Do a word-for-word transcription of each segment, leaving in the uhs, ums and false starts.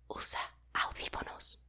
Usa audífonos.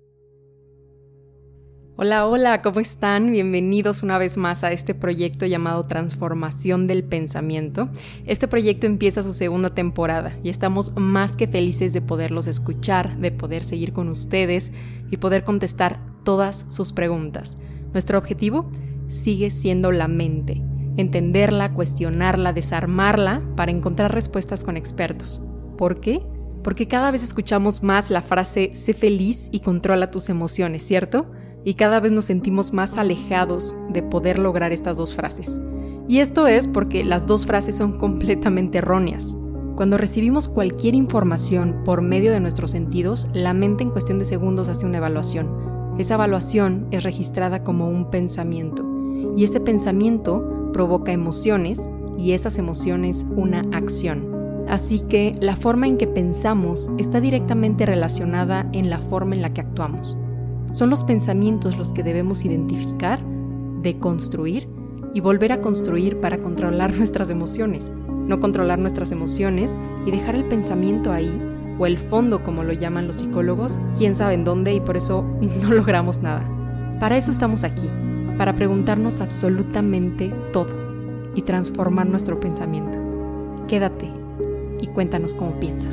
Hola, hola, ¿cómo están? Bienvenidos una vez más a este proyecto llamado Transformación del Pensamiento. Este proyecto empieza su segunda temporada y estamos más que felices de poderlos escuchar, de poder seguir con ustedes y poder contestar todas sus preguntas. Nuestro objetivo sigue siendo la mente, entenderla, cuestionarla, desarmarla para encontrar respuestas con expertos. ¿Por qué? Porque cada vez escuchamos más la frase sé feliz y controla tus emociones, ¿cierto? Y cada vez nos sentimos más alejados de poder lograr estas dos frases. Y esto es porque las dos frases son completamente erróneas. Cuando recibimos cualquier información por medio de nuestros sentidos, la mente en cuestión de segundos hace una evaluación. Esa evaluación es registrada como un pensamiento. Y ese pensamiento provoca emociones y esas emociones una acción. Así que la forma en que pensamos está directamente relacionada en la forma en la que actuamos. Son los pensamientos los que debemos identificar, deconstruir y volver a construir para controlar nuestras emociones. No controlar nuestras emociones y dejar el pensamiento ahí, o el fondo como lo llaman los psicólogos, quién sabe en dónde, y por eso no logramos nada. Para eso estamos aquí, para preguntarnos absolutamente todo y transformar nuestro pensamiento. Quédate y cuéntanos cómo piensas.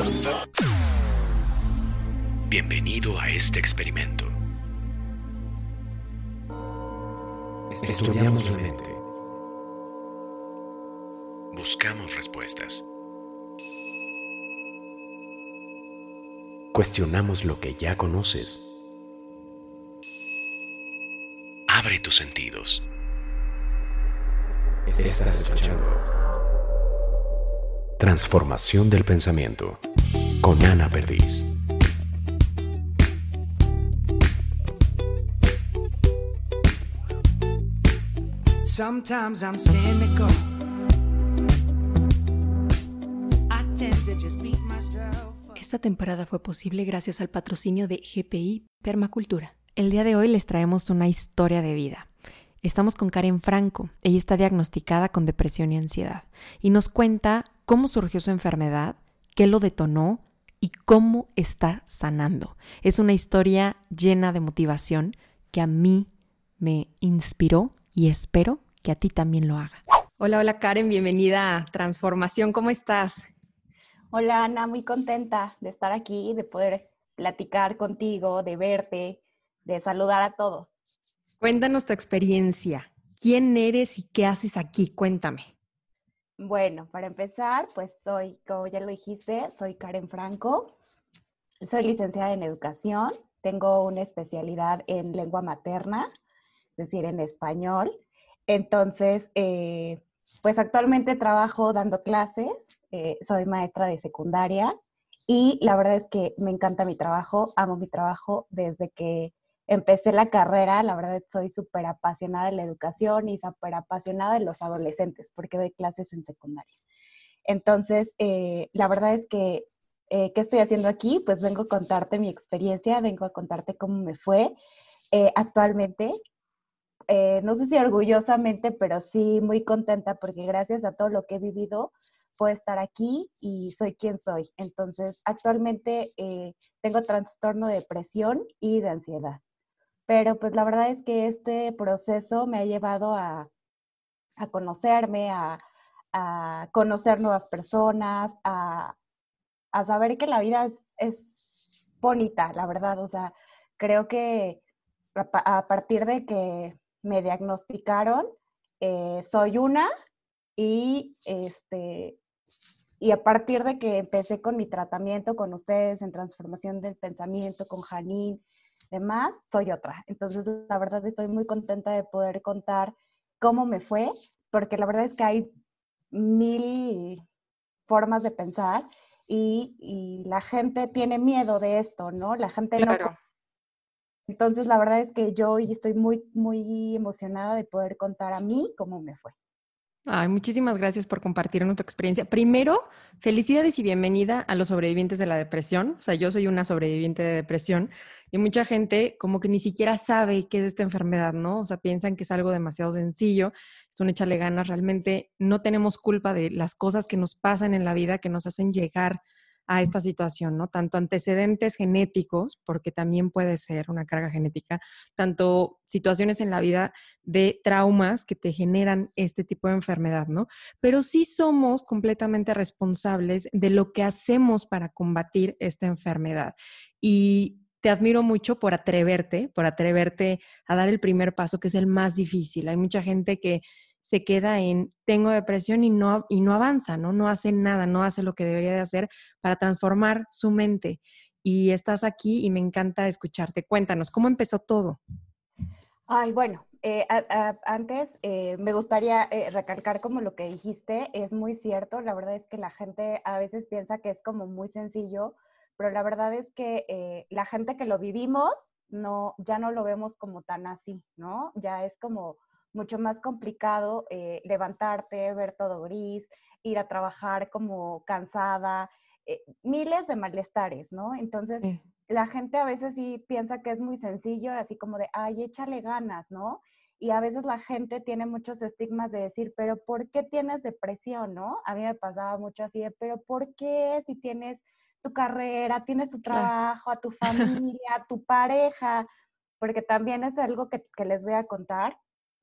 Bienvenido a este experimento. Estudiamos la mente. Buscamos respuestas. Cuestionamos lo que ya conoces. Abre tus sentidos. Estás escuchando Transformación del Pensamiento con Ana Perdiz. Sometimes I'm cynical. I tend to just beat myself. Esta temporada fue posible gracias al patrocinio de G P I Permacultura. El día de hoy les traemos una historia de vida. Estamos con Karen Franco. Ella está diagnosticada con depresión y ansiedad y nos cuenta cómo surgió su enfermedad, qué lo detonó y cómo está sanando. Es una historia llena de motivación que a mí me inspiró y espero que a ti también lo haga. Hola, hola Karen, bienvenida a Transformación, ¿cómo estás? Hola Ana, muy contenta de estar aquí, de poder platicar contigo, de verte, de saludar a todos. Cuéntanos tu experiencia. ¿Quién eres y qué haces aquí? Cuéntame. Bueno, para empezar, pues soy, como ya lo dijiste, soy Karen Franco. Soy licenciada en educación. Tengo una especialidad en lengua materna, es decir, en español. Entonces, eh, pues actualmente trabajo dando clases. Eh, soy maestra de secundaria y la verdad es que me encanta mi trabajo. Amo mi trabajo desde que empecé la carrera. La verdad soy súper apasionada de la educación y súper apasionada de los adolescentes porque doy clases en secundaria. Entonces, eh, la verdad es que, eh, ¿qué estoy haciendo aquí? Pues vengo a contarte mi experiencia, vengo a contarte cómo me fue eh, actualmente. Eh, no sé si orgullosamente, pero sí muy contenta porque gracias a todo lo que he vivido puedo estar aquí y soy quien soy. Entonces, actualmente eh, tengo trastorno de depresión y de ansiedad. Pero pues la verdad es que este proceso me ha llevado a, a conocerme, a, a conocer nuevas personas, a, a saber que la vida es, es bonita, la verdad. O sea, creo que a, a partir de que me diagnosticaron, eh, soy una y, este, y a partir de que empecé con mi tratamiento con ustedes en transformación del pensamiento, con Janine, demás, soy otra. Entonces, la verdad estoy muy contenta de poder contar cómo me fue, porque la verdad es que hay mil formas de pensar y, y la gente tiene miedo de esto, ¿no? La gente Claro. no... Entonces, la verdad es que yo hoy estoy muy, muy emocionada de poder contar a mí cómo me fue. Ay, muchísimas gracias por compartirnos tu experiencia. Primero, felicidades y bienvenida a los sobrevivientes de la depresión. O sea, yo soy una sobreviviente de depresión y mucha gente como que ni siquiera sabe qué es esta enfermedad, ¿no? O sea, piensan que es algo demasiado sencillo, es un échale ganas. Realmente no tenemos culpa de las cosas que nos pasan en la vida, que nos hacen llegar a esta situación, ¿no? Tanto antecedentes genéticos, porque también puede ser una carga genética, tanto situaciones en la vida de traumas que te generan este tipo de enfermedad, ¿no? Pero sí somos completamente responsables de lo que hacemos para combatir esta enfermedad. Y te admiro mucho por atreverte, por atreverte a dar el primer paso, que es el más difícil. Hay mucha gente que se queda en tengo depresión y no, y no avanza, ¿no? No hace nada, no hace lo que debería de hacer para transformar su mente. Y estás aquí y me encanta escucharte. Cuéntanos, ¿cómo empezó todo? Ay, bueno, eh, a- a- antes eh, me gustaría eh, recalcar como lo que dijiste, es muy cierto, la verdad es que la gente a veces piensa que es como muy sencillo, pero la verdad es que eh, la gente que lo vivimos, no, ya no lo vemos como tan así, ¿no? Ya es como mucho más complicado eh, levantarte, ver todo gris, ir a trabajar como cansada, eh, miles de malestares, ¿no? Entonces, Sí, la gente a veces sí piensa que es muy sencillo, así como de, ay, échale ganas, ¿no? Y a veces la gente tiene muchos estigmas de decir, pero ¿por qué tienes depresión, no? A mí me pasaba mucho así de, pero ¿por qué si tienes tu carrera, tienes tu claro. trabajo, a tu familia, a tu pareja? Porque también es algo que, que les voy a contar.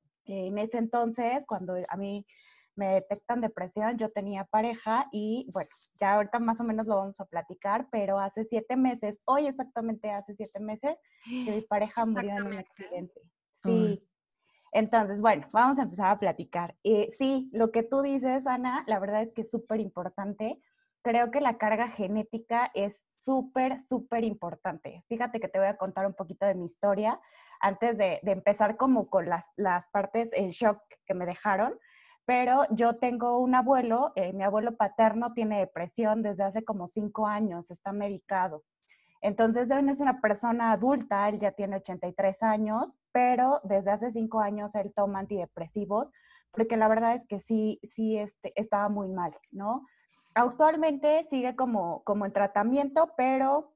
En ese entonces, cuando a mí me detectan depresión, yo tenía pareja y bueno, ya ahorita más o menos lo vamos a platicar, pero hace siete meses, hoy exactamente hace siete meses, que mi pareja murió en un Exactamente. accidente. Ay, Sí, entonces, bueno, vamos a empezar a platicar. Eh, sí, lo que tú dices, Ana, la verdad es que es súper importante. Creo que la carga genética es súper, súper importante. Fíjate que te voy a contar un poquito de mi historia antes de, de empezar como con las, las partes en shock que me dejaron. Pero yo tengo un abuelo, eh, mi abuelo paterno tiene depresión desde hace como cinco años, está medicado. Entonces, él no es una persona adulta, él ya tiene ochenta y tres años, pero desde hace cinco años él toma antidepresivos, porque la verdad es que sí, sí este, estaba muy mal, ¿no? Actualmente sigue como, como en tratamiento, pero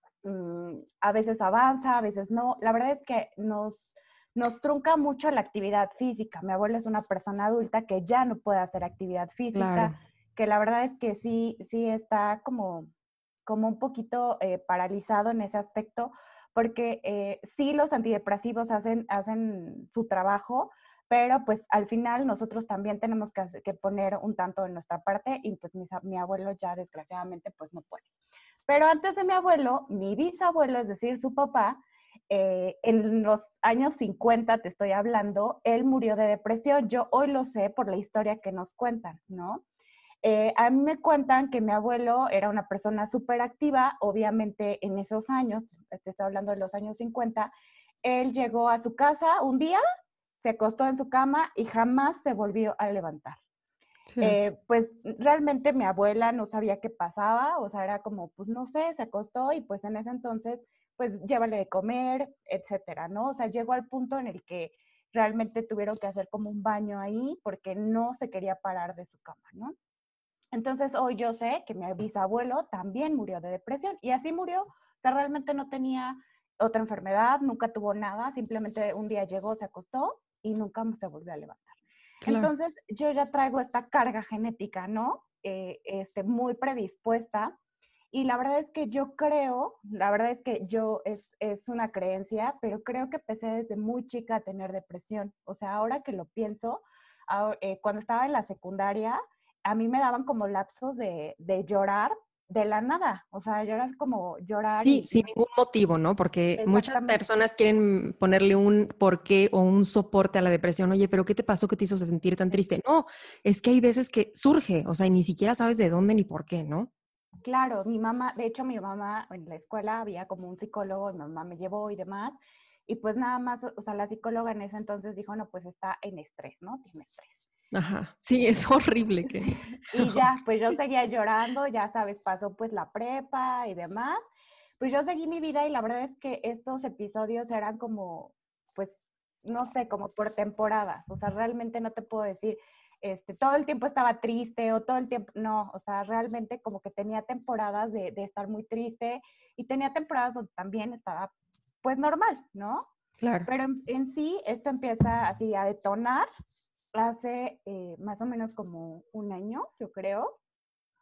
mmm, a veces avanza, a veces no. La verdad es que nos, nos trunca mucho la actividad física. Mi abuelo es una persona adulta que ya no puede hacer actividad física, claro. que la verdad es que sí, sí está como, como un poquito eh, paralizado en ese aspecto, porque eh, sí los antidepresivos hacen, hacen su trabajo, pero pues al final nosotros también tenemos que, hacer, que poner un tanto de nuestra parte y pues mi, mi abuelo ya desgraciadamente pues no puede. Pero antes de mi abuelo, mi bisabuelo, es decir, su papá, eh, en los años cincuenta, te estoy hablando, él murió de depresión. Yo hoy lo sé por la historia que nos cuentan, ¿no? Eh, a mí me cuentan que mi abuelo era una persona súper activa, obviamente en esos años, te estoy hablando de los años cincuenta, él llegó a su casa un día, se acostó en su cama y jamás se volvió a levantar. Fíjate. Eh, pues realmente mi abuela no sabía qué pasaba, o sea, era como, pues no sé, se acostó y pues en ese entonces, pues llévale de comer, etcétera, ¿no? O sea, llegó al punto en el que realmente tuvieron que hacer como un baño ahí porque no se quería parar de su cama, ¿no? Entonces hoy yo sé que mi bisabuelo también murió de depresión y así murió, o sea, realmente no tenía otra enfermedad, nunca tuvo nada, simplemente un día llegó, se acostó y nunca se volvió a levantar. Claro. Entonces, yo ya traigo esta carga genética, ¿no? Eh, este, muy predispuesta. Y la verdad es que yo creo, la verdad es que yo, es, es una creencia, pero creo que empecé desde muy chica a tener depresión. O sea, ahora que lo pienso, ahora, eh, cuando estaba en la secundaria, a mí me daban como lapsos de, de llorar de la nada. O sea, lloras como llorar Sí, y, y sin no sé. ningún motivo, ¿no? Porque muchas Exactamente. personas quieren ponerle un porqué o un soporte a la depresión. Oye, pero ¿qué te pasó que te hizo sentir tan triste? No, es que hay veces que surge, o sea, y ni siquiera sabes de dónde ni por qué, ¿no? Claro, mi mamá, de hecho mi mamá en la escuela había como un psicólogo, mi mamá me llevó y demás, y pues nada más, o sea, la psicóloga en ese entonces dijo, no, pues está en estrés, ¿no? Tiene estrés. Ajá, sí, es horrible que... Sí. Y ya, pues yo seguía llorando, ya sabes, pasó pues la prepa y demás, pues yo seguí mi vida y la verdad es que estos episodios eran como, pues, no sé, como por temporadas, o sea, realmente no te puedo decir, este, todo el tiempo estaba triste o todo el tiempo, no, o sea, realmente como que tenía temporadas de, de estar muy triste y tenía temporadas donde también estaba, pues, normal, ¿no? Claro. Pero en, en sí, esto empieza así a detonar hace eh, más o menos como un año, yo creo,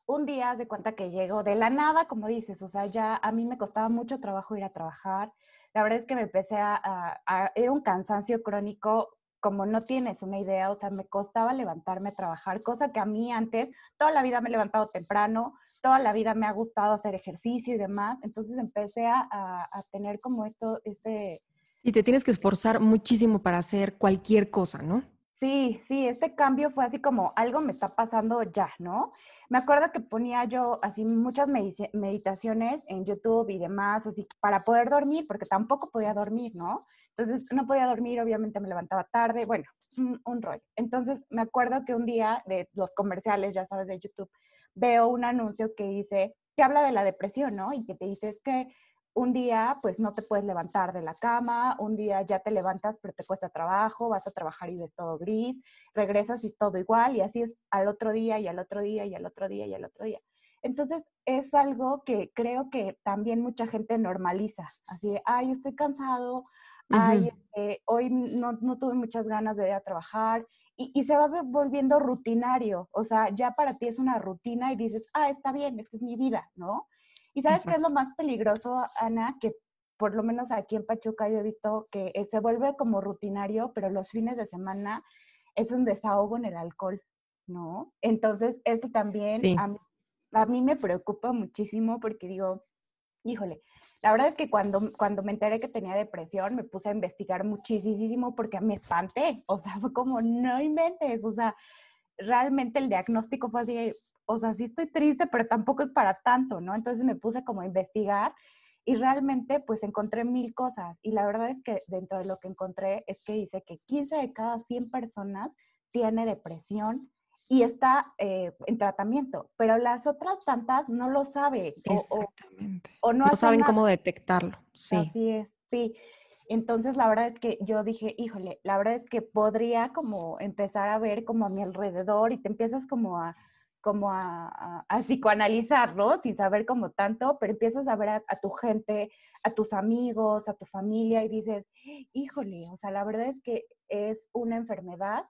un día haz de cuenta que llego de la nada, como dices, o sea, ya a mí me costaba mucho trabajo ir a trabajar. La verdad es que me empecé a, a, a era un cansancio crónico, como no tienes una idea, o sea, me costaba levantarme a trabajar, cosa que a mí antes, toda la vida me he levantado temprano, toda la vida me ha gustado hacer ejercicio y demás, entonces empecé a, a, a tener como esto, este... Y te tienes que esforzar muchísimo para hacer cualquier cosa, ¿no? Sí, sí, este cambio fue así como algo me está pasando ya, ¿no? Me acuerdo que ponía yo así muchas medici- meditaciones en YouTube y demás, así para poder dormir, porque tampoco podía dormir, ¿no? Entonces no podía dormir, obviamente me levantaba tarde, bueno, un, un rollo. Entonces me acuerdo que un día de los comerciales, ya sabes, de YouTube, veo un anuncio que dice, que habla de la depresión, ¿no? Y que te dice es que un día pues no te puedes levantar de la cama, un día ya te levantas pero te cuesta trabajo, vas a trabajar y ves todo gris, regresas y todo igual y así es al otro día y al otro día y al otro día y al otro día. Entonces es algo que creo que también mucha gente normaliza, así de, ay, estoy cansado, ay, Ujú. eh, hoy no, no tuve muchas ganas de ir a trabajar y, y se va volviendo rutinario, o sea, ya para ti es una rutina y dices, ah, está bien, esta es mi vida, ¿no? ¿Y sabes qué es lo Exacto. más peligroso, Ana? Que por lo menos aquí en Pachuca yo he visto que eh, se vuelve como rutinario, pero los fines de semana es un desahogo en el alcohol, ¿no? Entonces, esto también Sí. a mí, a mí me preocupa muchísimo porque digo, híjole, la verdad es que cuando, cuando me enteré que tenía depresión, me puse a investigar muchísimo porque me espanté, o sea, fue como, no inventes, o sea, realmente el diagnóstico fue así, o sea, sí estoy triste, pero tampoco es para tanto, ¿no? Entonces me puse como a investigar y realmente pues encontré mil cosas y la verdad es que dentro de lo que encontré es que dice que quince de cada cien personas tiene depresión y está eh, en tratamiento, pero las otras tantas no lo sabe o, o, Exactamente. o no No hacen saben nada. cómo detectarlo. Sí. Así es, sí. Entonces, la verdad es que yo dije, híjole, la verdad es que podría como empezar a ver como a mi alrededor y te empiezas como a, como a, a, a psicoanalizar, ¿no? Sin saber como tanto, pero empiezas a ver a, a tu gente, a tus amigos, a tu familia y dices, híjole, o sea, la verdad es que es una enfermedad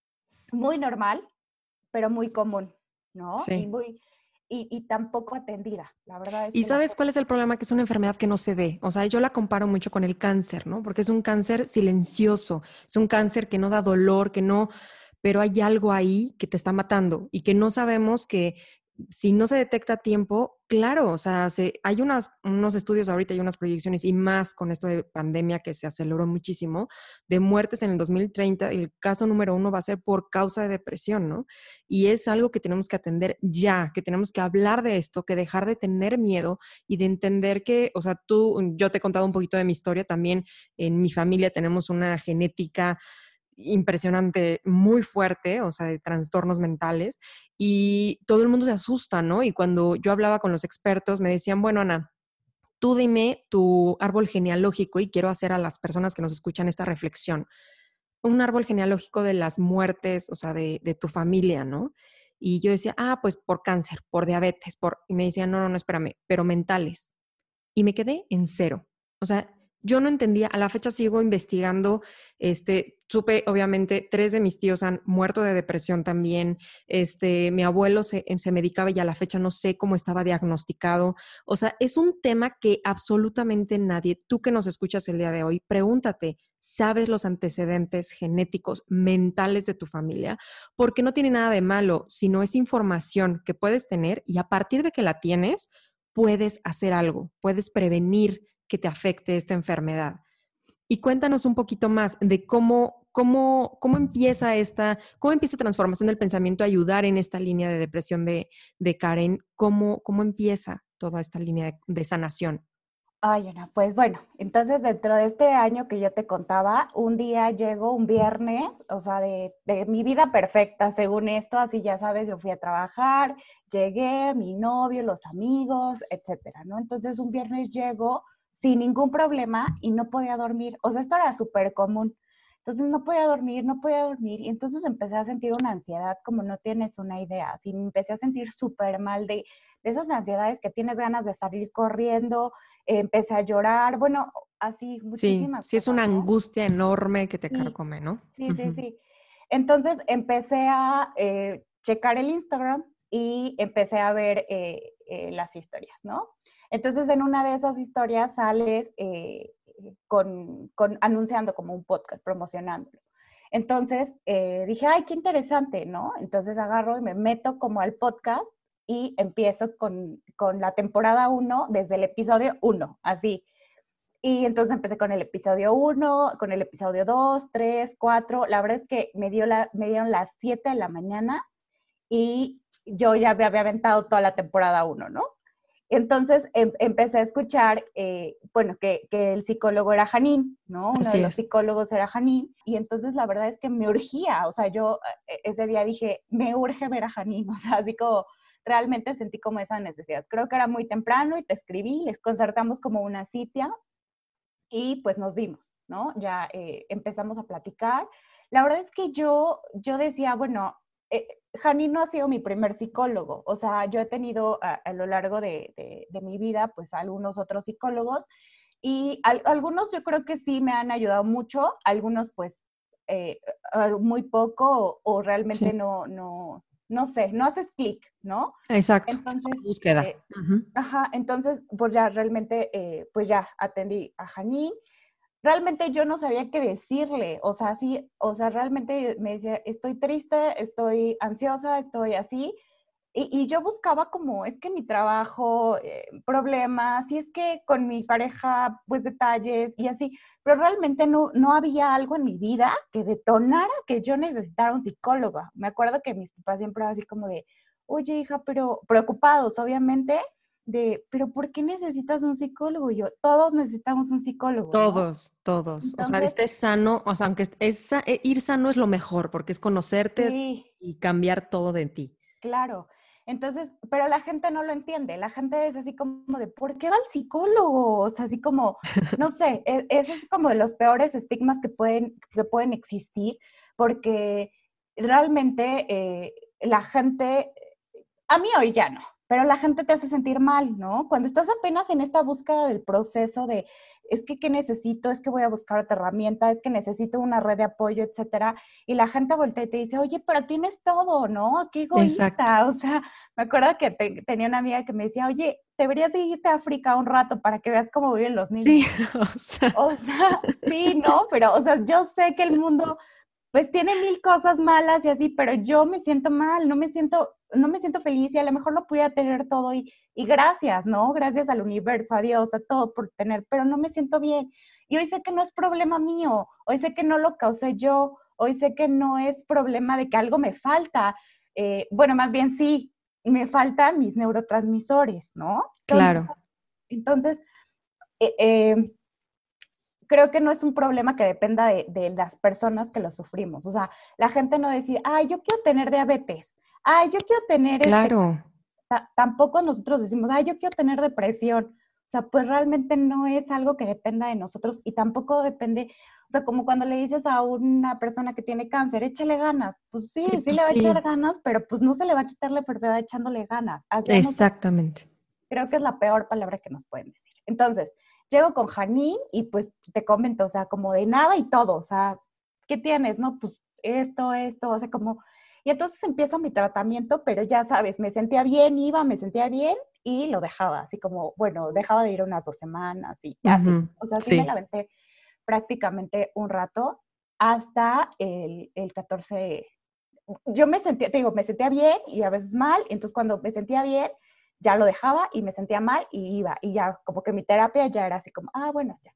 muy normal, pero muy común, ¿no? Y Sí. muy, y, y tampoco atendida. La verdad es ¿Y que la sabes gente, cuál es el problema? Que es una enfermedad que no se ve. O sea, yo la comparo mucho con el cáncer, ¿no? Porque es un cáncer silencioso, es un cáncer que no da dolor, que no, pero hay algo ahí que te está matando y que no sabemos que si no se detecta a tiempo, claro, o sea, se, hay unas, unos estudios ahorita y unas proyecciones y más con esto de pandemia que se aceleró muchísimo, de muertes en el dos mil treinta, el caso número uno va a ser por causa de depresión, ¿no? Y es algo que tenemos que atender ya, que tenemos que hablar de esto, que dejar de tener miedo y de entender que, o sea, tú, yo te he contado un poquito de mi historia, también en mi familia tenemos una genética impresionante, muy fuerte, o sea, de trastornos mentales, y todo el mundo se asusta, ¿no? Y cuando yo hablaba con los expertos, me decían, bueno, Ana, tú dime tu árbol genealógico y quiero hacer a las personas que nos escuchan esta reflexión. Un árbol genealógico de las muertes, o sea, de, de tu familia, ¿no? Y yo decía, ah, pues por cáncer, por diabetes, por... Y me decían, no, no, no, espérame, pero mentales. Y me quedé en cero. O sea, yo no entendía, a la fecha sigo investigando, este, supe, obviamente, tres de mis tíos han muerto de depresión también, este, mi abuelo se, se medicaba y a la fecha no sé cómo estaba diagnosticado. O sea, es un tema que absolutamente nadie, tú que nos escuchas el día de hoy, pregúntate, ¿sabes los antecedentes genéticos, mentales de tu familia? Porque no tiene nada de malo, sino es información que puedes tener y a partir de que la tienes, puedes hacer algo, puedes prevenir que te afecte esta enfermedad. Y cuéntanos un poquito más de cómo, cómo, cómo empieza esta, cómo empieza transformación del pensamiento a ayudar en esta línea de depresión de, de Karen, cómo, cómo empieza toda esta línea de, de sanación. ay, Ana, pues bueno, entonces dentro de este año que yo te contaba, un día llego un viernes, o sea, de, de mi vida perfecta, según esto, así ya sabes, yo fui a trabajar, llegué, mi novio, los amigos, etcétera, ¿no? Entonces un viernes llego sin ningún problema y no podía dormir, o sea, esto era súper común. Entonces no podía dormir, no podía dormir, y entonces empecé a sentir una ansiedad como no tienes una idea, así me empecé a sentir súper mal de, de esas ansiedades que tienes ganas de salir corriendo, eh, empecé a llorar, bueno, así Sí, muchísimas sí es una cosas, ¿no? angustia enorme que te Sí, carcome, ¿no? sí, sí, Uh-huh. sí. Entonces empecé a eh, checar el Instagram y empecé a ver eh, eh, las historias, ¿no? Entonces, en una de esas historias sales eh, con, con, anunciando como un podcast, promocionándolo. Entonces, eh, dije, ay, qué interesante, ¿no? Entonces agarro y me meto como al podcast y empiezo con, con la temporada uno desde el episodio uno, así. Y entonces empecé con el episodio uno, con el episodio dos, tres, cuatro. La verdad es que me, dio la, me dieron las siete de la mañana y yo ya me había aventado toda la temporada uno, ¿no? Entonces em, empecé a escuchar, eh, bueno, que, que el psicólogo era Janine, ¿no? Uno Así de los es. psicólogos era Janine, y entonces la verdad es que me urgía, o sea, yo eh, ese día dije, me urge ver a Janine, o sea, así como realmente sentí como esa necesidad. Creo que era muy temprano y te escribí, les concertamos como una cita y pues nos vimos, ¿no? Ya eh, empezamos a platicar. La verdad es que yo, yo decía, bueno, eh, Janine no ha sido mi primer psicólogo, o sea, yo he tenido a, a lo largo de, de, de, mi vida, pues algunos otros psicólogos, y al, algunos yo creo que sí me han ayudado mucho, algunos pues eh, muy poco o, o realmente Sí. no, no, no sé, no haces clic, ¿no? Exacto, es Entonces, una búsqueda. eh, Uh-huh. ajá, entonces pues ya realmente, eh, pues ya atendí a Janine. Realmente yo no sabía qué decirle, o sea, sí, o sea, realmente me decía, estoy triste, estoy ansiosa, estoy así, y, y yo buscaba como, es que mi trabajo, eh, problemas, y es que con mi pareja, pues detalles y así, pero realmente no, no había algo en mi vida que detonara que yo necesitara un psicólogo. Me acuerdo que mis papás siempre eran así como de, oye hija, pero preocupados, obviamente, de, pero ¿por qué necesitas un psicólogo? Y yo, todos necesitamos un psicólogo, ¿no? Todos, todos. O sea, Entonces, estés sano, o sea, aunque es, es- eh, ir sano es lo mejor, porque es conocerte sí, y cambiar todo de ti. claro. Entonces, pero la gente no lo entiende. La gente es así como de, ¿por qué va al psicólogo? O sea, así como, no Sí. sé, e- ese es como de los peores estigmas que pueden, que pueden existir, porque realmente eh, la gente, a mí hoy ya no, pero la gente te hace sentir mal, ¿no? Cuando estás apenas en esta búsqueda del proceso de, es que, ¿qué necesito? Es que voy a buscar otra herramienta, es que necesito una red de apoyo, etcétera. Y la gente voltea y te dice, oye, pero tienes todo, ¿no? Qué Exacto. egoísta. O sea, me acuerdo que te, tenía una amiga que me decía, oye, deberías de irte a África un rato para que veas cómo viven los Sí, niños. o sea, O sea, sí, ¿no? Pero, o sea, yo sé que el mundo pues tiene mil cosas malas y así, pero yo me siento mal, no me siento, no me siento feliz y a lo mejor lo pudiera tener todo y, y gracias, ¿no? Gracias al universo, a Dios, a todo por tener, pero no me siento bien. Y hoy sé que no es problema mío, hoy sé que no lo causé yo, hoy sé que no es problema de que algo me falta. Eh, bueno, más bien sí, me faltan mis neurotransmisores, ¿no? Son, claro, son entonces, eh, eh, creo que no es un problema que dependa de, de, las personas que lo sufrimos. O sea, la gente no decide, ay, yo quiero tener diabetes, ay, yo quiero tener este, claro. tampoco nosotros decimos, ay, yo quiero tener depresión. O sea, pues realmente no es algo que dependa de nosotros y tampoco depende, o sea, como cuando le dices a una persona que tiene cáncer, échale ganas. Pues sí, Sí, sí pues le va a echar sí, ganas, pero pues no se le va a quitar la enfermedad echándole ganas. Hacia nosotros exactamente. creo que es la peor palabra que nos pueden decir. Entonces, llego con Janine y pues te comento, o sea, como de nada y todo, o sea, ¿qué tienes? No, pues esto, esto, o sea, como... Y entonces empiezo mi tratamiento, pero ya sabes, me sentía bien, iba, me sentía bien y lo dejaba, así como, bueno, dejaba de ir unas dos semanas y así. Ujú, O sea, así me la sí. aventé prácticamente un rato hasta el, el catorce. Yo me sentía, te digo, me sentía bien y a veces mal, y entonces cuando me sentía bien, ya lo dejaba y me sentía mal y iba, y ya como que mi terapia ya era así como, ah, bueno, ya.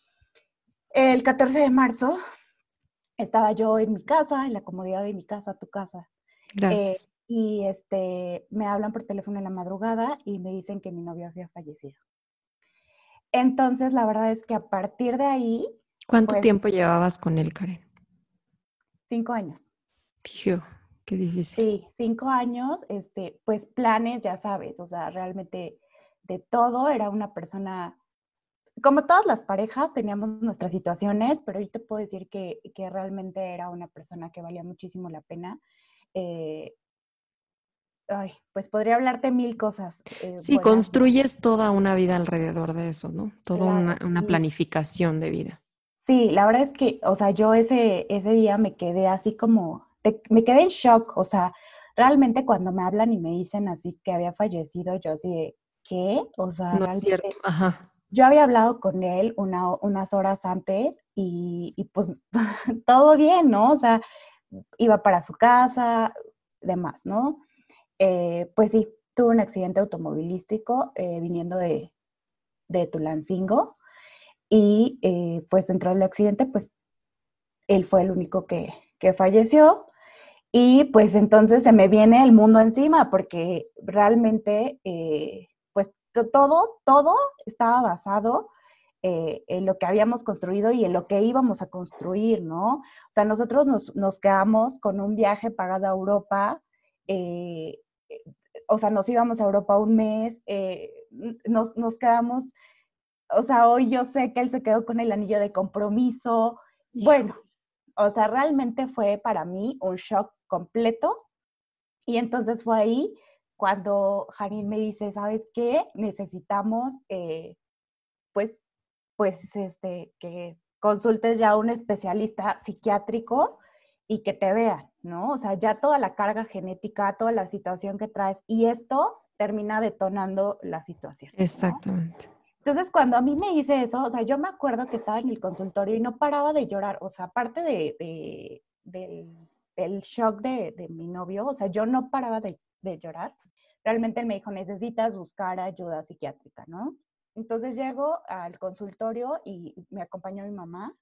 El catorce de marzo estaba yo en mi casa, en la comodidad de mi casa, tu casa, eh, Gracias. y este, me hablan por teléfono en la madrugada y me dicen que mi novio había fallecido. Entonces, la verdad es que a partir de ahí, ¿Cuánto pues, tiempo llevabas con él, Karen? cinco años. Fijo, qué difícil. Sí, cinco años, este, pues planes, ya sabes, o sea, realmente de todo, era una persona, como todas las parejas, teníamos nuestras situaciones, pero yo te puedo decir que, que realmente era una persona que valía muchísimo la pena. Eh, ay, pues podría hablarte mil cosas eh, Sí, buenas. construyes toda una vida alrededor de eso, ¿no? Toda una, Claro, una sí. planificación de vida. Sí, la verdad es que, o sea, yo ese, ese día me quedé así como, te- me quedé en shock, o sea, realmente cuando me hablan y me dicen así que había fallecido, yo así de, ¿qué? O sea, No es cierto, realmente ajá. yo había hablado con él una, unas horas antes y, y pues todo bien, ¿no? O sea, iba para su casa, demás, ¿no? Eh, pues sí, tuve un accidente automovilístico eh, viniendo de, de Tulancingo y eh, pues dentro del accidente, pues él fue el único que, que falleció y pues entonces se me viene el mundo encima porque realmente eh, pues todo, todo estaba basado eh, en lo que habíamos construido y en lo que íbamos a construir, ¿no? O sea, nosotros nos, nos quedamos con un viaje pagado a Europa, eh, o sea, nos íbamos a Europa un mes, eh, nos, nos quedamos, o sea, hoy yo sé que él se quedó con el anillo de compromiso. Bueno, Hijo. o sea, realmente fue para mí un shock completo. Y entonces fue ahí cuando Janine me dice, ¿sabes qué? Necesitamos, eh, pues, pues, este, que consultes ya a un especialista psiquiátrico y que te vean, ¿no? O sea, ya toda la carga genética, toda la situación que traes, y esto termina detonando la situación, ¿no? Exactamente. Entonces, cuando a mí me dice eso, o sea, yo me acuerdo que estaba en el consultorio y no paraba de llorar, o sea, aparte de, de, del, del shock de, de mi novio, o sea, yo no paraba de, de llorar. Realmente él me dijo, necesitas buscar ayuda psiquiátrica, ¿no? Entonces llego al consultorio y me acompañó mi mamá.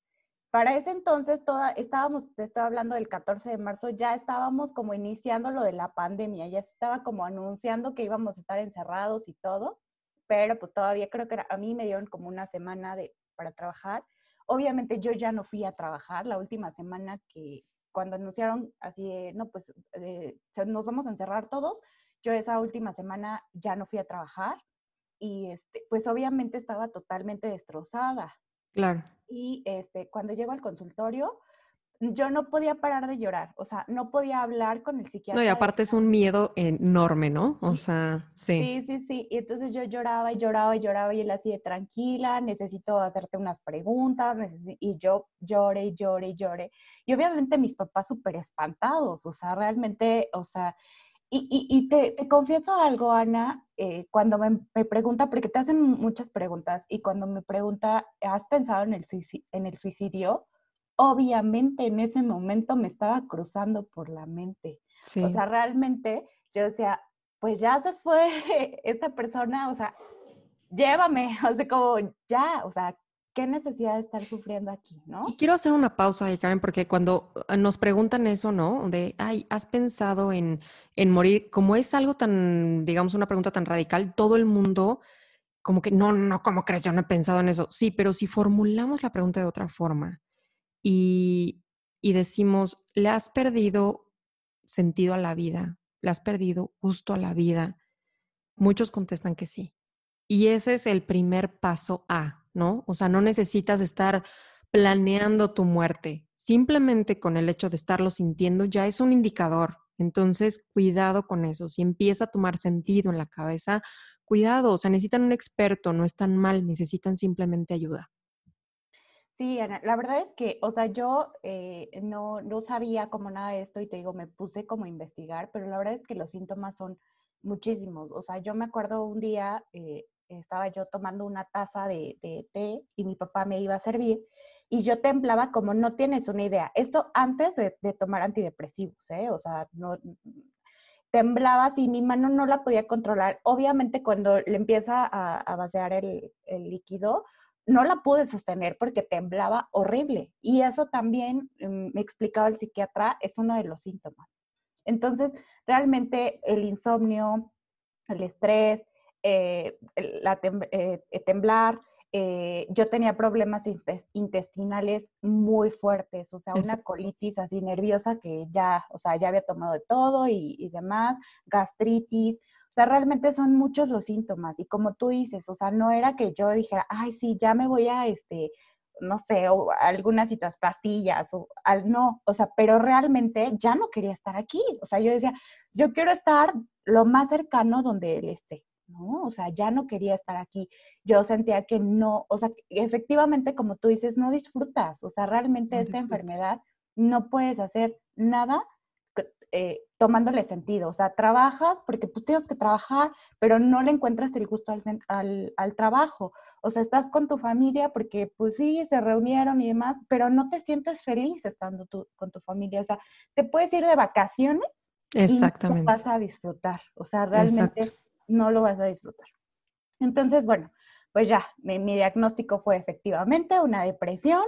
Para ese entonces, toda, estábamos, te estoy hablando del catorce de marzo, ya estábamos como iniciando lo de la pandemia, ya se estaba como anunciando que íbamos a estar encerrados y todo, pero pues todavía creo que era, a mí me dieron como una semana de, para trabajar. Obviamente yo ya no fui a trabajar la última semana que cuando anunciaron así de, no, pues eh, nos vamos a encerrar todos, yo esa última semana ya no fui a trabajar y este, pues obviamente estaba totalmente destrozada. Claro. Y este, cuando llego al consultorio, yo no podía parar de llorar, o sea, no podía hablar con el No, y psiquiatra de aparte es un miedo enorme, ¿no? O sí, sea, sí. sí, sí, sí. Y entonces yo lloraba y lloraba y lloraba y él así de tranquila, necesito hacerte unas preguntas, y yo lloré y lloré y lloré. Y obviamente mis papás súper espantados, o sea, realmente, o sea, y, y, y te, te, confieso algo, Ana, eh, cuando me, me, pregunta, porque te hacen muchas preguntas, y cuando me pregunta, ¿has pensado en el, suicidio, en el suicidio? Obviamente en ese momento me estaba cruzando por la mente. O Sí. sea, realmente yo decía, pues ya se fue esta persona, o sea, llévame, o sea, como ya, o sea, qué necesidad de estar sufriendo aquí, Y ¿no? quiero hacer una pausa ahí, Karen, porque cuando eh, nos preguntan eso, ¿no? De, ay, ¿has pensado en, en morir? Como es algo tan, digamos, una pregunta tan radical, todo el mundo como que, no, no, ¿cómo crees? Yo no he pensado en eso. Sí, pero si formulamos la pregunta de otra forma y, y decimos, ¿le has perdido sentido a la vida? ¿Le has perdido gusto a la vida? Muchos contestan que sí. Y ese es el primer paso A, ¿no? O sea, no necesitas estar planeando tu muerte. Simplemente con el hecho de estarlo sintiendo ya es un indicador. Entonces, cuidado con eso. Si empieza a tomar sentido en la cabeza, cuidado. O sea, necesitan un experto, no están mal, necesitan simplemente ayuda. Sí, Ana, la verdad es que, o sea, yo eh, no, no sabía como nada de esto y te digo, me puse como a investigar, pero la verdad es que los síntomas son muchísimos. O sea, yo me acuerdo un día, eh, estaba yo tomando una taza de, de té y mi papá me iba a servir y yo temblaba como no tienes una idea. Esto antes de, de tomar antidepresivos, ¿eh? O sea, no temblaba así, mi mano no la podía controlar. Obviamente cuando le empieza a, a vaciar el, el líquido, no la pude sostener porque temblaba horrible. Y eso también um, me explicaba el psiquiatra, es uno de los síntomas. Entonces, realmente el insomnio, el estrés, eh, la tem eh, temblar, eh, yo tenía problemas intestinales muy fuertes, o sea, una Exacto. colitis así nerviosa que ya, o sea, ya había tomado de todo y, y demás, gastritis, o sea, realmente son muchos los síntomas y como tú dices, o sea, no era que yo dijera, ay, sí, ya me voy a, este, no sé, o algunas citas pastillas, o al, no, o sea, pero realmente ya no quería estar aquí, o sea, yo decía, yo quiero estar lo más cercano donde él esté, ¿no? O sea, ya no quería estar aquí. Yo sentía que no, o sea, efectivamente, como tú dices, no disfrutas, o sea, realmente No esta disfrutas. enfermedad no puedes hacer nada eh, tomándole sentido. O sea, trabajas porque pues tienes que trabajar, pero no le encuentras el gusto al, al, al trabajo. O sea, estás con tu familia porque pues sí, se reunieron y demás, pero no te sientes feliz estando tú, con tu familia. O sea, te puedes ir de vacaciones y no lo Exactamente. vas a disfrutar. O sea, Exacto. realmente no lo vas a disfrutar. Entonces, bueno, pues ya, mi, mi diagnóstico fue efectivamente una depresión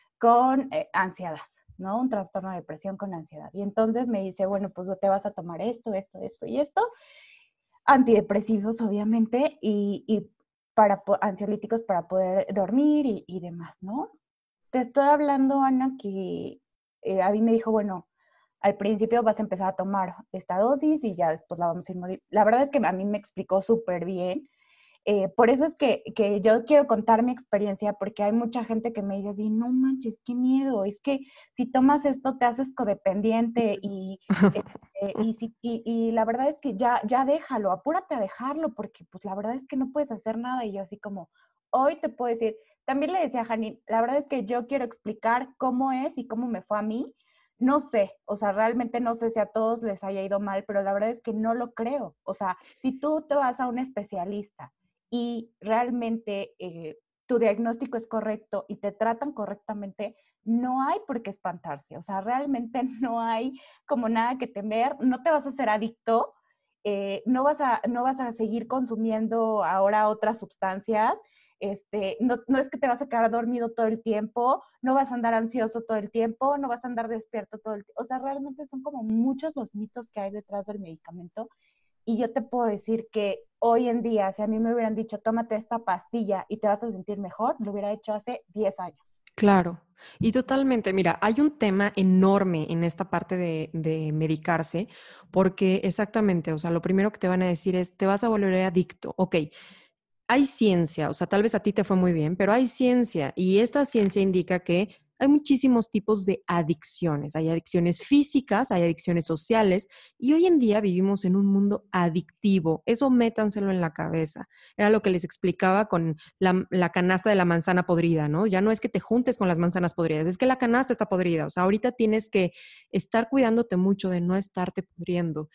con eh, ansiedad, ¿no? Un trastorno de depresión con ansiedad. Y entonces me dice, bueno, pues te vas a tomar esto, esto, esto y esto, antidepresivos obviamente, y, y para, ansiolíticos para poder dormir y, y demás, ¿no? Te estoy hablando, Ana, que eh, a mí me dijo, bueno, al principio vas a empezar a tomar esta dosis y ya después la vamos a ir modificando. La verdad es que a mí me explicó súper bien. Eh, por eso es que, que yo quiero contar mi experiencia, porque hay mucha gente que me dice así, no manches, qué miedo, es que si tomas esto te haces codependiente y, este, y, si, y, y la verdad es que ya, ya déjalo, apúrate a dejarlo, porque pues la verdad es que no puedes hacer nada. Y yo así como, hoy te puedo decir, también le decía a Janine, la verdad es que yo quiero explicar cómo es y cómo me fue a mí. No sé, o sea, realmente no sé si a todos les haya ido mal, pero la verdad es que no lo creo. O sea, si tú te vas a un especialista y realmente eh, tu diagnóstico es correcto y te tratan correctamente, no hay por qué espantarse. O sea, realmente no hay como nada que temer, no te vas a hacer adicto, eh, no, vas a, no vas a seguir consumiendo ahora otras sustancias. Este, no, no es que te vas a quedar dormido todo el tiempo, no vas a andar ansioso todo el tiempo, no vas a andar despierto todo el tiempo. O sea, realmente son como muchos los mitos que hay detrás del medicamento. Y yo te puedo decir que hoy en día, si a mí me hubieran dicho, tómate esta pastilla y te vas a sentir mejor, lo hubiera hecho hace diez años. Claro, y totalmente. Mira, hay un tema enorme en esta parte de, de medicarse, porque exactamente, o sea, lo primero que te van a decir es, te vas a volver adicto. Ok, hay ciencia, o sea, tal vez a ti te fue muy bien, pero hay ciencia y esta ciencia indica que hay muchísimos tipos de adicciones. Hay adicciones físicas, hay adicciones sociales y hoy en día vivimos en un mundo adictivo. Eso métanselo en la cabeza. Era lo que les explicaba con la, la canasta de la manzana podrida, ¿no? Ya no es que te juntes con las manzanas podridas, es que la canasta está podrida. O sea, ahorita tienes que estar cuidándote mucho de no estarte pudriendo.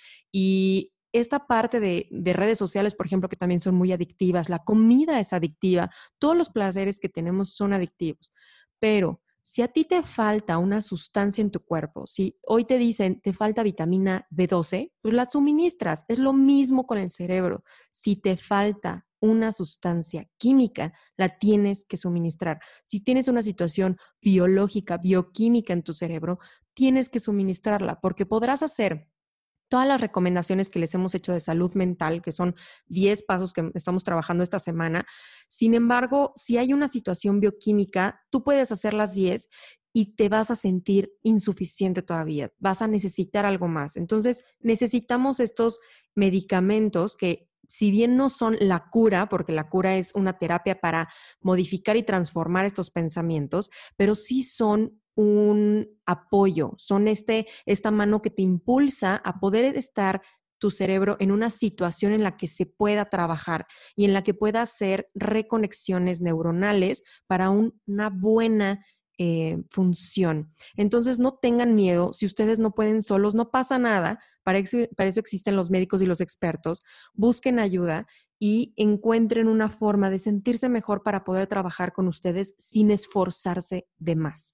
Y esta parte de, de, redes sociales, por ejemplo, que también son muy adictivas, la comida es adictiva, todos los placeres que tenemos son adictivos, pero si a ti te falta una sustancia en tu cuerpo, si hoy te dicen te falta vitamina B doce, pues la suministras, es lo mismo con el cerebro. Si te falta una sustancia química, la tienes que suministrar. Si tienes una situación biológica, bioquímica en tu cerebro, tienes que suministrarla, porque podrás hacer todas las recomendaciones que les hemos hecho de salud mental, que son diez pasos que estamos trabajando esta semana. Sin embargo, si hay una situación bioquímica, tú puedes hacer las diez y te vas a sentir insuficiente todavía, vas a necesitar algo más. Entonces, necesitamos estos medicamentos que, si bien no son la cura, porque la cura es una terapia para modificar y transformar estos pensamientos, pero sí son un apoyo, son este, esta mano que te impulsa a poder estar tu cerebro en una situación en la que se pueda trabajar y en la que pueda hacer reconexiones neuronales para un, una buena eh, función. Entonces, no tengan miedo, si ustedes no pueden solos, no pasa nada, para eso, para eso existen los médicos y los expertos, busquen ayuda y encuentren una forma de sentirse mejor para poder trabajar con ustedes sin esforzarse de más.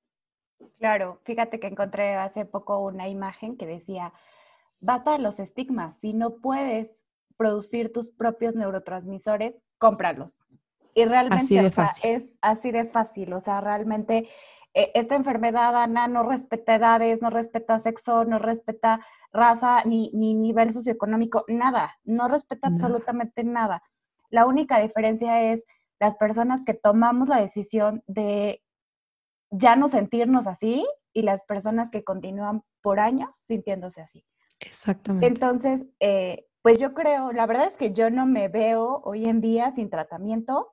Claro, fíjate que encontré hace poco una imagen que decía, basta de los estigmas, si no puedes producir tus propios neurotransmisores, cómpralos. Y Así realmente, o de sea, fácil. es así de fácil, o sea, realmente eh, esta enfermedad, Ana, no respeta edades, no respeta sexo, no respeta raza, ni, ni nivel socioeconómico, nada, no respeta Nada. absolutamente nada. La única diferencia es las personas que tomamos la decisión de ya no sentirnos así y las personas que continúan por años sintiéndose así. Exactamente. Entonces, eh, pues yo creo, la verdad es que yo no me veo hoy en día sin tratamiento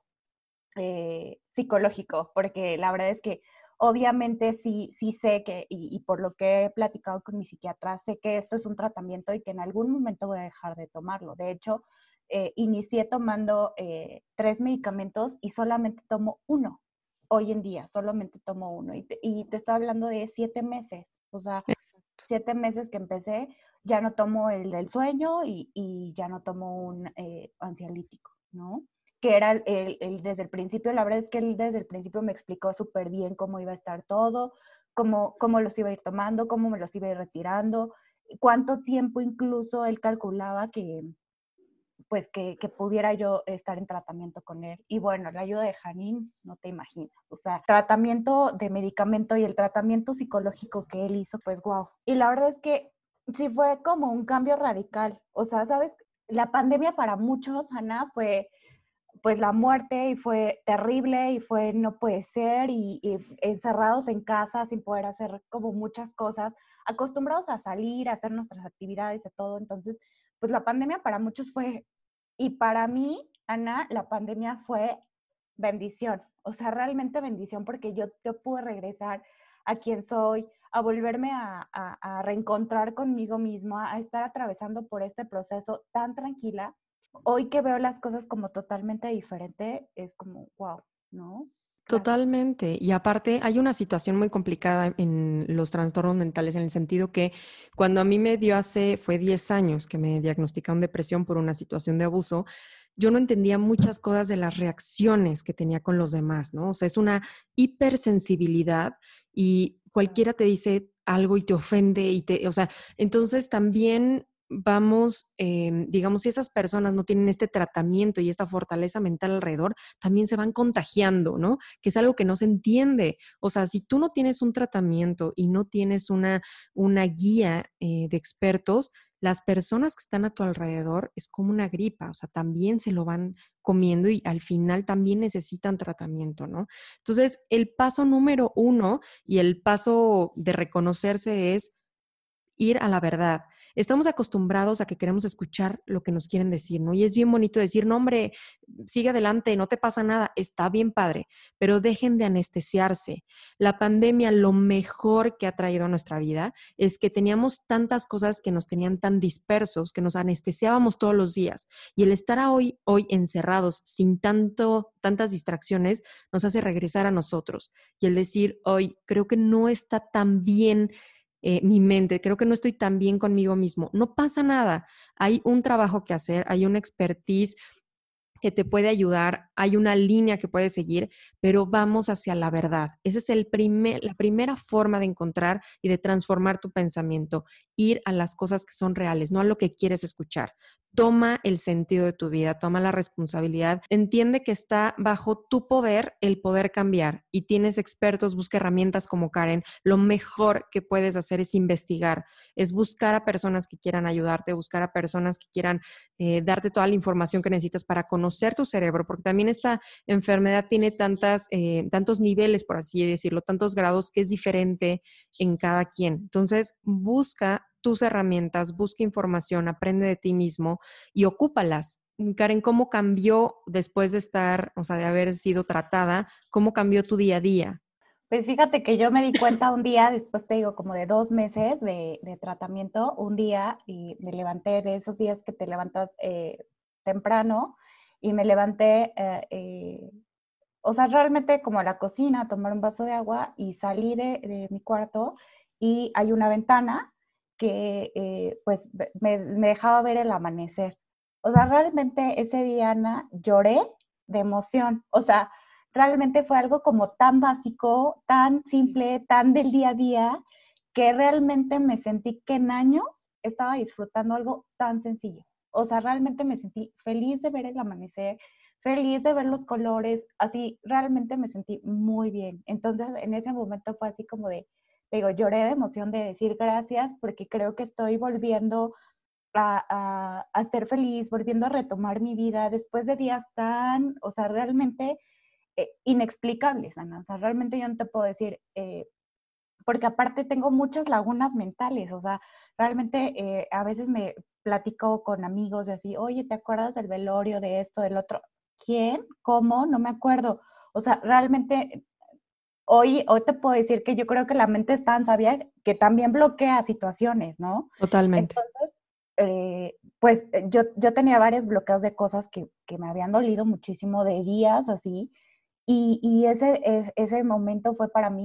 eh, psicológico, porque la verdad es que obviamente sí, sí sé que, y, y por lo que he platicado con mi psiquiatra, sé que esto es un tratamiento y que en algún momento voy a dejar de tomarlo. De hecho, eh, inicié tomando eh, tres medicamentos y solamente tomo uno. Hoy en día solamente tomo uno y te, y te estoy hablando de siete meses. O sea, siete meses que empecé, ya no tomo el del sueño y, y ya no tomo un eh, ansiolítico, ¿no? Que era el, el, el, desde el principio, la verdad es que él desde el principio me explicó súper bien cómo iba a estar todo, cómo, cómo los iba a ir tomando, cómo me los iba a ir retirando, cuánto tiempo incluso él calculaba que, pues que, que pudiera yo estar en tratamiento con él. Y bueno, la ayuda de Janine, no te imaginas. O sea, tratamiento de medicamento y el tratamiento psicológico que él hizo, pues wow. Y la verdad es que sí fue como un cambio radical. O sea, ¿sabes? La pandemia para muchos, Ana, fue pues la muerte y fue terrible y fue no puede ser y, y encerrados en casa sin poder hacer como muchas cosas, acostumbrados a salir, a hacer nuestras actividades y todo. Entonces, pues la pandemia para muchos fue, y para mí, Ana, la pandemia fue bendición, o sea, realmente bendición porque yo, yo pude regresar a quien soy, a volverme a, a, a reencontrar conmigo misma, a estar atravesando por este proceso tan tranquila. Hoy que veo las cosas como totalmente diferente, es como, wow, ¿no? Gracias. Totalmente. Y aparte, hay una situación muy complicada en los trastornos mentales, en el sentido que cuando a mí me dio hace, fue diez años que me diagnosticaron depresión por una situación de abuso, yo no entendía muchas cosas de las reacciones que tenía con los demás, ¿no? O sea, es una hipersensibilidad y cualquiera te dice algo y te ofende y te, o sea, entonces también vamos, eh, digamos, si esas personas no tienen este tratamiento y esta fortaleza mental alrededor, también se van contagiando, ¿no? Que es algo que no se entiende. O sea, si tú no tienes un tratamiento y no tienes una, una guía eh, de expertos, las personas que están a tu alrededor es como una gripa, o sea, también se lo van comiendo y al final también necesitan tratamiento, ¿no? Entonces, el paso número uno y el paso de reconocerse es ir a la verdad. Estamos acostumbrados a que queremos escuchar lo que nos quieren decir, ¿no? Y es bien bonito decir, no, hombre, sigue adelante, no te pasa nada, está bien padre, pero dejen de anestesiarse. La pandemia, lo mejor que ha traído a nuestra vida es que teníamos tantas cosas que nos tenían tan dispersos, que nos anestesiábamos todos los días. Y el estar hoy, hoy encerrados sin tanto, tantas distracciones nos hace regresar a nosotros. Y el decir, hoy creo que no está tan bien eh, mi mente, creo que no estoy tan bien conmigo mismo. No pasa nada. Hay un trabajo que hacer, hay una expertise que te puede ayudar, hay una línea que puedes seguir, pero vamos hacia la verdad. Esa es el primer, la primera forma de encontrar y de transformar tu pensamiento, ir a las cosas que son reales, no a lo que quieres escuchar. Toma el sentido de tu vida, toma la responsabilidad, entiende que está bajo tu poder el poder cambiar y tienes expertos, busca herramientas como Karen. Lo mejor que puedes hacer es investigar, es buscar a personas que quieran ayudarte, buscar a personas que quieran eh, darte toda la información que necesitas para conocer tu cerebro, porque también esta enfermedad tiene tantas, eh, tantos niveles, por así decirlo, tantos grados que es diferente en cada quien. Entonces, busca tus herramientas, busca información, aprende de ti mismo y ocúpalas. Karen, ¿cómo cambió después de estar, o sea, de haber sido tratada, cómo cambió tu día a día? Pues fíjate que yo me di cuenta un día, después te digo, como de dos meses de, de tratamiento, un día y me levanté de esos días que te levantas eh, temprano y me levanté, eh, eh, o sea, realmente como a la cocina, a tomar un vaso de agua y salí de, de mi cuarto y hay una ventana que eh, pues me, me dejaba ver el amanecer. O sea, realmente ese día, Ana, lloré de emoción. O sea, realmente fue algo como tan básico, tan simple, tan del día a día, que realmente me sentí que en años estaba disfrutando algo tan sencillo. O sea, realmente me sentí feliz de ver el amanecer, feliz de ver los colores, así realmente me sentí muy bien. Entonces, en ese momento fue así como de, digo, lloré de emoción de decir gracias porque creo que estoy volviendo a, a, a ser feliz, volviendo a retomar mi vida después de días tan, o sea, realmente eh, inexplicables, Ana. O sea, realmente yo no te puedo decir, eh, porque aparte tengo muchas lagunas mentales, o sea, realmente eh, a veces me platico con amigos de así, oye, ¿te acuerdas del velorio, de esto, del otro? ¿Quién? ¿Cómo? No me acuerdo. O sea, realmente hoy, hoy te puedo decir que yo creo que la mente es tan sabia que también bloquea situaciones, ¿no? Totalmente. Entonces, eh, pues eh, yo, yo tenía varios bloqueos de cosas que, que me habían dolido muchísimo de días así, y, y ese, es- ese momento fue para mí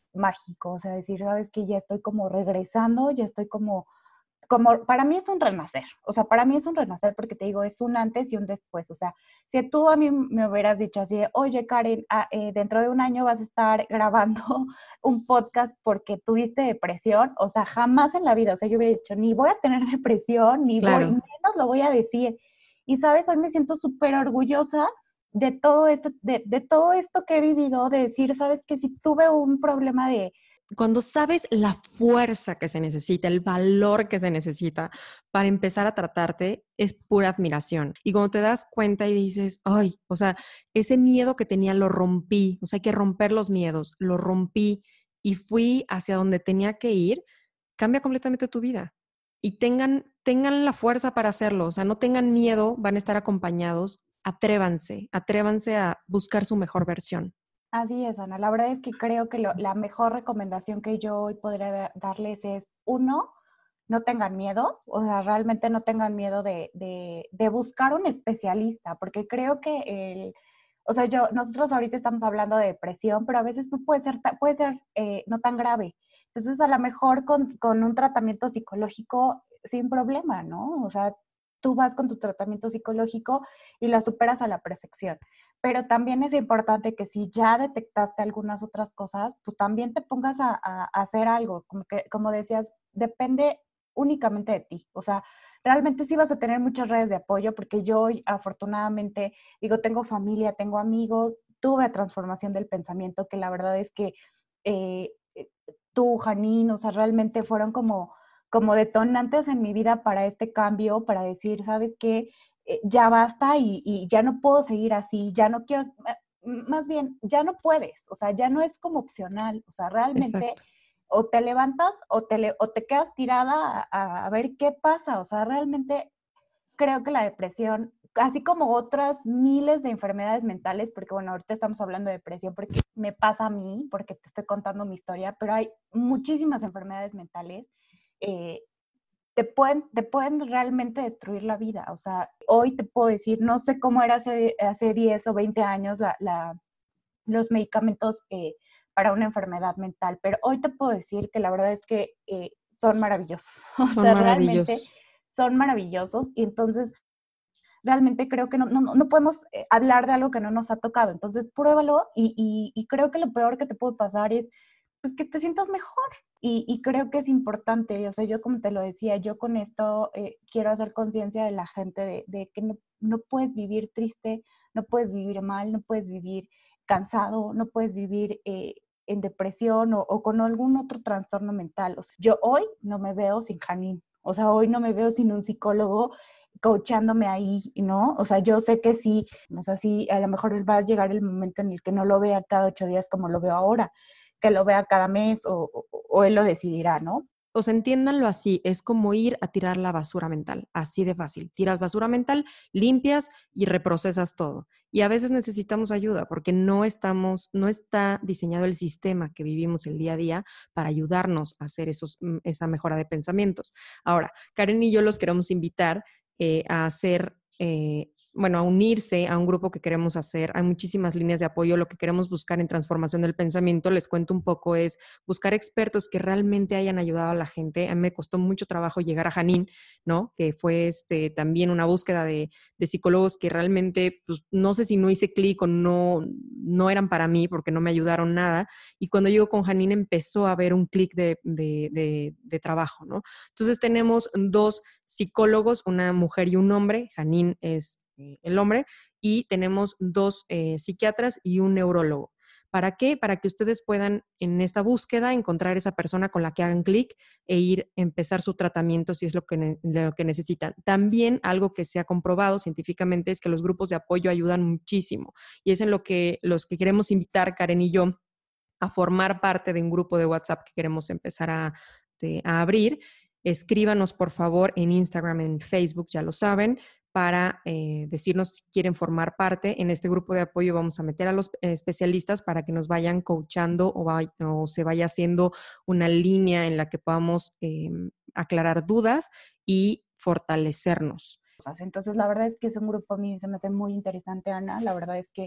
mágico, o sea, decir, sabes que ya estoy como regresando, ya estoy como como para mí es un renacer, o sea, para mí es un renacer porque te digo, es un antes y un después, o sea, si tú a mí me hubieras dicho así, de, oye Karen, ah, eh, dentro de un año vas a estar grabando un podcast porque tuviste depresión, o sea, jamás en la vida, o sea, yo hubiera dicho, ni voy a tener depresión, ni voy, Claro. menos lo voy a decir. Y sabes, hoy me siento súper orgullosa de todo esto, de, de todo esto que he vivido, de decir, sabes que si tuve un problema de Cuando sabes la fuerza que se necesita, el valor que se necesita para empezar a tratarte, es pura admiración. Y cuando te das cuenta y dices, ay, o sea, ese miedo que tenía lo rompí, o sea, hay que romper los miedos, lo rompí y fui hacia donde tenía que ir, cambia completamente tu vida. Y tengan, tengan la fuerza para hacerlo, o sea, no tengan miedo, van a estar acompañados, atrévanse, atrévanse a buscar su mejor versión. Así es, Ana. La verdad es que creo que lo- la mejor recomendación que yo hoy podría da- darles es, uno, no tengan miedo, o sea, realmente no tengan miedo de, de, de buscar un especialista, porque creo que el, o sea, yo, nosotros ahorita estamos hablando de depresión, pero a veces no puede ser, ta- puede ser eh, no tan grave. Entonces, a lo mejor con, con un tratamiento psicológico sin problema, ¿no? O sea, tú vas con tu tratamiento psicológico y la superas a la perfección. Pero también es importante que si ya detectaste algunas otras cosas, pues también te pongas a, a, a hacer algo. Como, que, como decías, depende únicamente de ti. O sea, realmente sí vas a tener muchas redes de apoyo porque yo hoy, afortunadamente, digo, tengo familia, tengo amigos, tuve transformación del pensamiento, que la verdad es que eh, tú, Janine, o sea, realmente fueron como, como detonantes en mi vida para este cambio, para decir, ¿sabes qué? Eh, ya basta y, y ya no puedo seguir así, ya no quiero, más bien, ya no puedes, o sea, ya no es como opcional, o sea, realmente Exacto. o te levantas o te, le, o te quedas tirada a, a ver qué pasa, o sea, realmente creo que la depresión, así como otras miles de enfermedades mentales, porque bueno, ahorita estamos hablando de depresión porque me pasa a mí, porque te estoy contando mi historia, pero hay muchísimas enfermedades mentales, eh, te pueden, te pueden realmente destruir la vida. O sea, hoy te puedo decir, no sé cómo era hace, hace diez o veinte años la, la, los medicamentos eh, para una enfermedad mental, pero hoy te puedo decir que la verdad es que eh, son maravillosos. O Son sea, realmente maravillosos. son maravillosos y entonces realmente creo que no, no, no podemos eh, hablar de algo que no nos ha tocado. Entonces, pruébalo y, y, y creo que lo peor que te puede pasar es pues, que te sientas mejor. Y, y creo que es importante, o sea, yo como te lo decía, yo con esto eh, quiero hacer conciencia de la gente de, de que no, no puedes vivir triste, no puedes vivir mal, no puedes vivir cansado, no puedes vivir eh, en depresión o, o con algún otro trastorno mental. O sea, yo hoy no me veo sin Janine, o sea, hoy no me veo sin un psicólogo coachándome ahí, ¿no? O sea, yo sé que sí, o sea, sí, a lo mejor va a llegar el momento en el que no lo vea cada ocho días como lo veo ahora, que lo vea cada mes o, o, o él lo decidirá, ¿no? O sea, entiéndanlo así, es como ir a tirar la basura mental, así de fácil. Tiras basura mental, limpias y reprocesas todo. Y a veces necesitamos ayuda porque no estamos, no está diseñado el sistema que vivimos el día a día para ayudarnos a hacer esos, esa mejora de pensamientos. Ahora, Karen y yo los queremos invitar eh, a hacer eh, bueno, a unirse a un grupo que queremos hacer. Hay muchísimas líneas de apoyo. Lo que queremos buscar en transformación del pensamiento, les cuento un poco, es buscar expertos que realmente hayan ayudado a la gente. A mí me costó mucho trabajo llegar a Janine, ¿no? Que fue este, también una búsqueda de, de psicólogos que realmente, pues, no sé si no hice clic o no, no eran para mí porque no me ayudaron nada. Y cuando llego con Janine empezó a haber un clic de, de, de, de trabajo, ¿no? Entonces tenemos dos psicólogos, una mujer y un hombre. Janine es el hombre, y tenemos dos eh, psiquiatras y un neurólogo. ¿Para qué? Para que ustedes puedan en esta búsqueda encontrar esa persona con la que hagan clic e ir a empezar su tratamiento si es lo que, ne- lo que necesitan. También algo que se ha comprobado científicamente es que los grupos de apoyo ayudan muchísimo y es en lo que los que queremos invitar, Karen y yo, a formar parte de un grupo de WhatsApp que queremos empezar a, de, a abrir. Escríbanos, por favor, en Instagram, en Facebook, ya lo saben, para eh, decirnos si quieren formar parte. En este grupo de apoyo vamos a meter a los especialistas para que nos vayan coachando o, va, o se vaya haciendo una línea en la que podamos eh, aclarar dudas y fortalecernos. Entonces, la verdad es que es un grupo a mí se me hace muy interesante, Ana. La verdad es que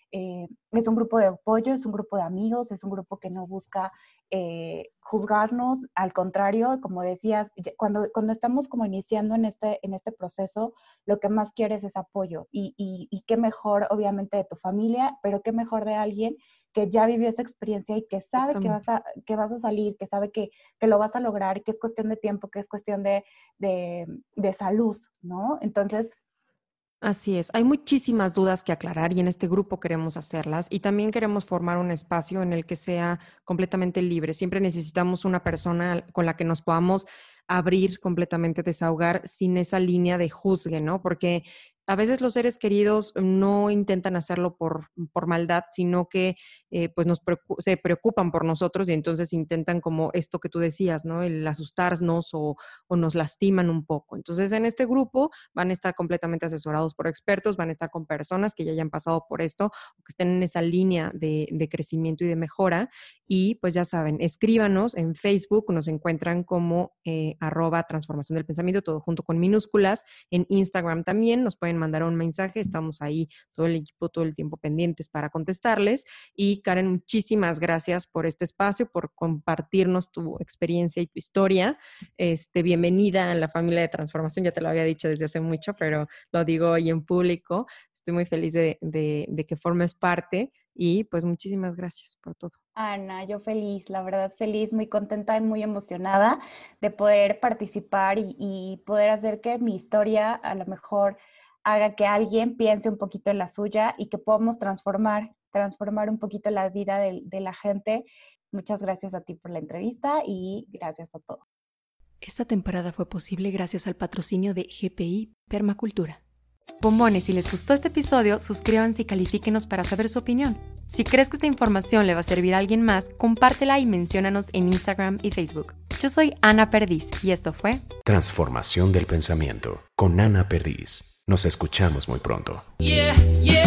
eh, es un grupo de apoyo, es un grupo de amigos, es un grupo que no busca eh, juzgarnos, al contrario, como decías, cuando, cuando estamos como iniciando en este, en este proceso, lo que más quieres es apoyo y, y, y qué mejor obviamente de tu familia, pero qué mejor de alguien que ya vivió esa experiencia y que sabe que vas, a, que vas a salir, que sabe que, que lo vas a lograr, que es cuestión de tiempo, que es cuestión de, de, de salud, ¿no? Entonces, así es, hay muchísimas dudas que aclarar y en este grupo queremos hacerlas y también queremos formar un espacio en el que sea completamente libre. Siempre necesitamos una persona con la que nos podamos abrir completamente, desahogar sin esa línea de juzgue, ¿no? Porque a veces los seres queridos no intentan hacerlo por, por maldad, sino que eh, pues nos preocup- se preocupan por nosotros y entonces intentan como esto que tú decías, ¿no? El asustarnos o, o nos lastiman un poco. Entonces en este grupo van a estar completamente asesorados por expertos, van a estar con personas que ya hayan pasado por esto o que estén en esa línea de, de crecimiento y de mejora. Y pues ya saben, escríbanos en Facebook, nos encuentran como eh, arroba transformación del pensamiento, todo junto con minúsculas. En Instagram también nos pueden mandar un mensaje, estamos ahí todo el equipo, todo el tiempo pendientes para contestarles. Y Karen, muchísimas gracias por este espacio, por compartirnos tu experiencia y tu historia. Este, bienvenida a la familia de transformación, ya te lo había dicho desde hace mucho, pero lo digo hoy en público. Estoy muy feliz de, de, de que formes parte y pues muchísimas gracias por todo. Ana, yo feliz, la verdad feliz, muy contenta y muy emocionada de poder participar y, y poder hacer que mi historia a lo mejor haga que alguien piense un poquito en la suya y que podamos transformar, transformar un poquito la vida de, de la gente. Muchas gracias a ti por la entrevista y gracias a todos. Esta temporada fue posible gracias al patrocinio de G P I Permacultura. Bombones, si les gustó este episodio, suscríbanse y califíquenos para saber su opinión. Si crees que esta información le va a servir a alguien más, compártela y menciónanos en Instagram y Facebook. Yo soy Ana Perdiz y esto fue Transformación del pensamiento con Ana Perdiz. Nos escuchamos muy pronto. Yeah, yeah.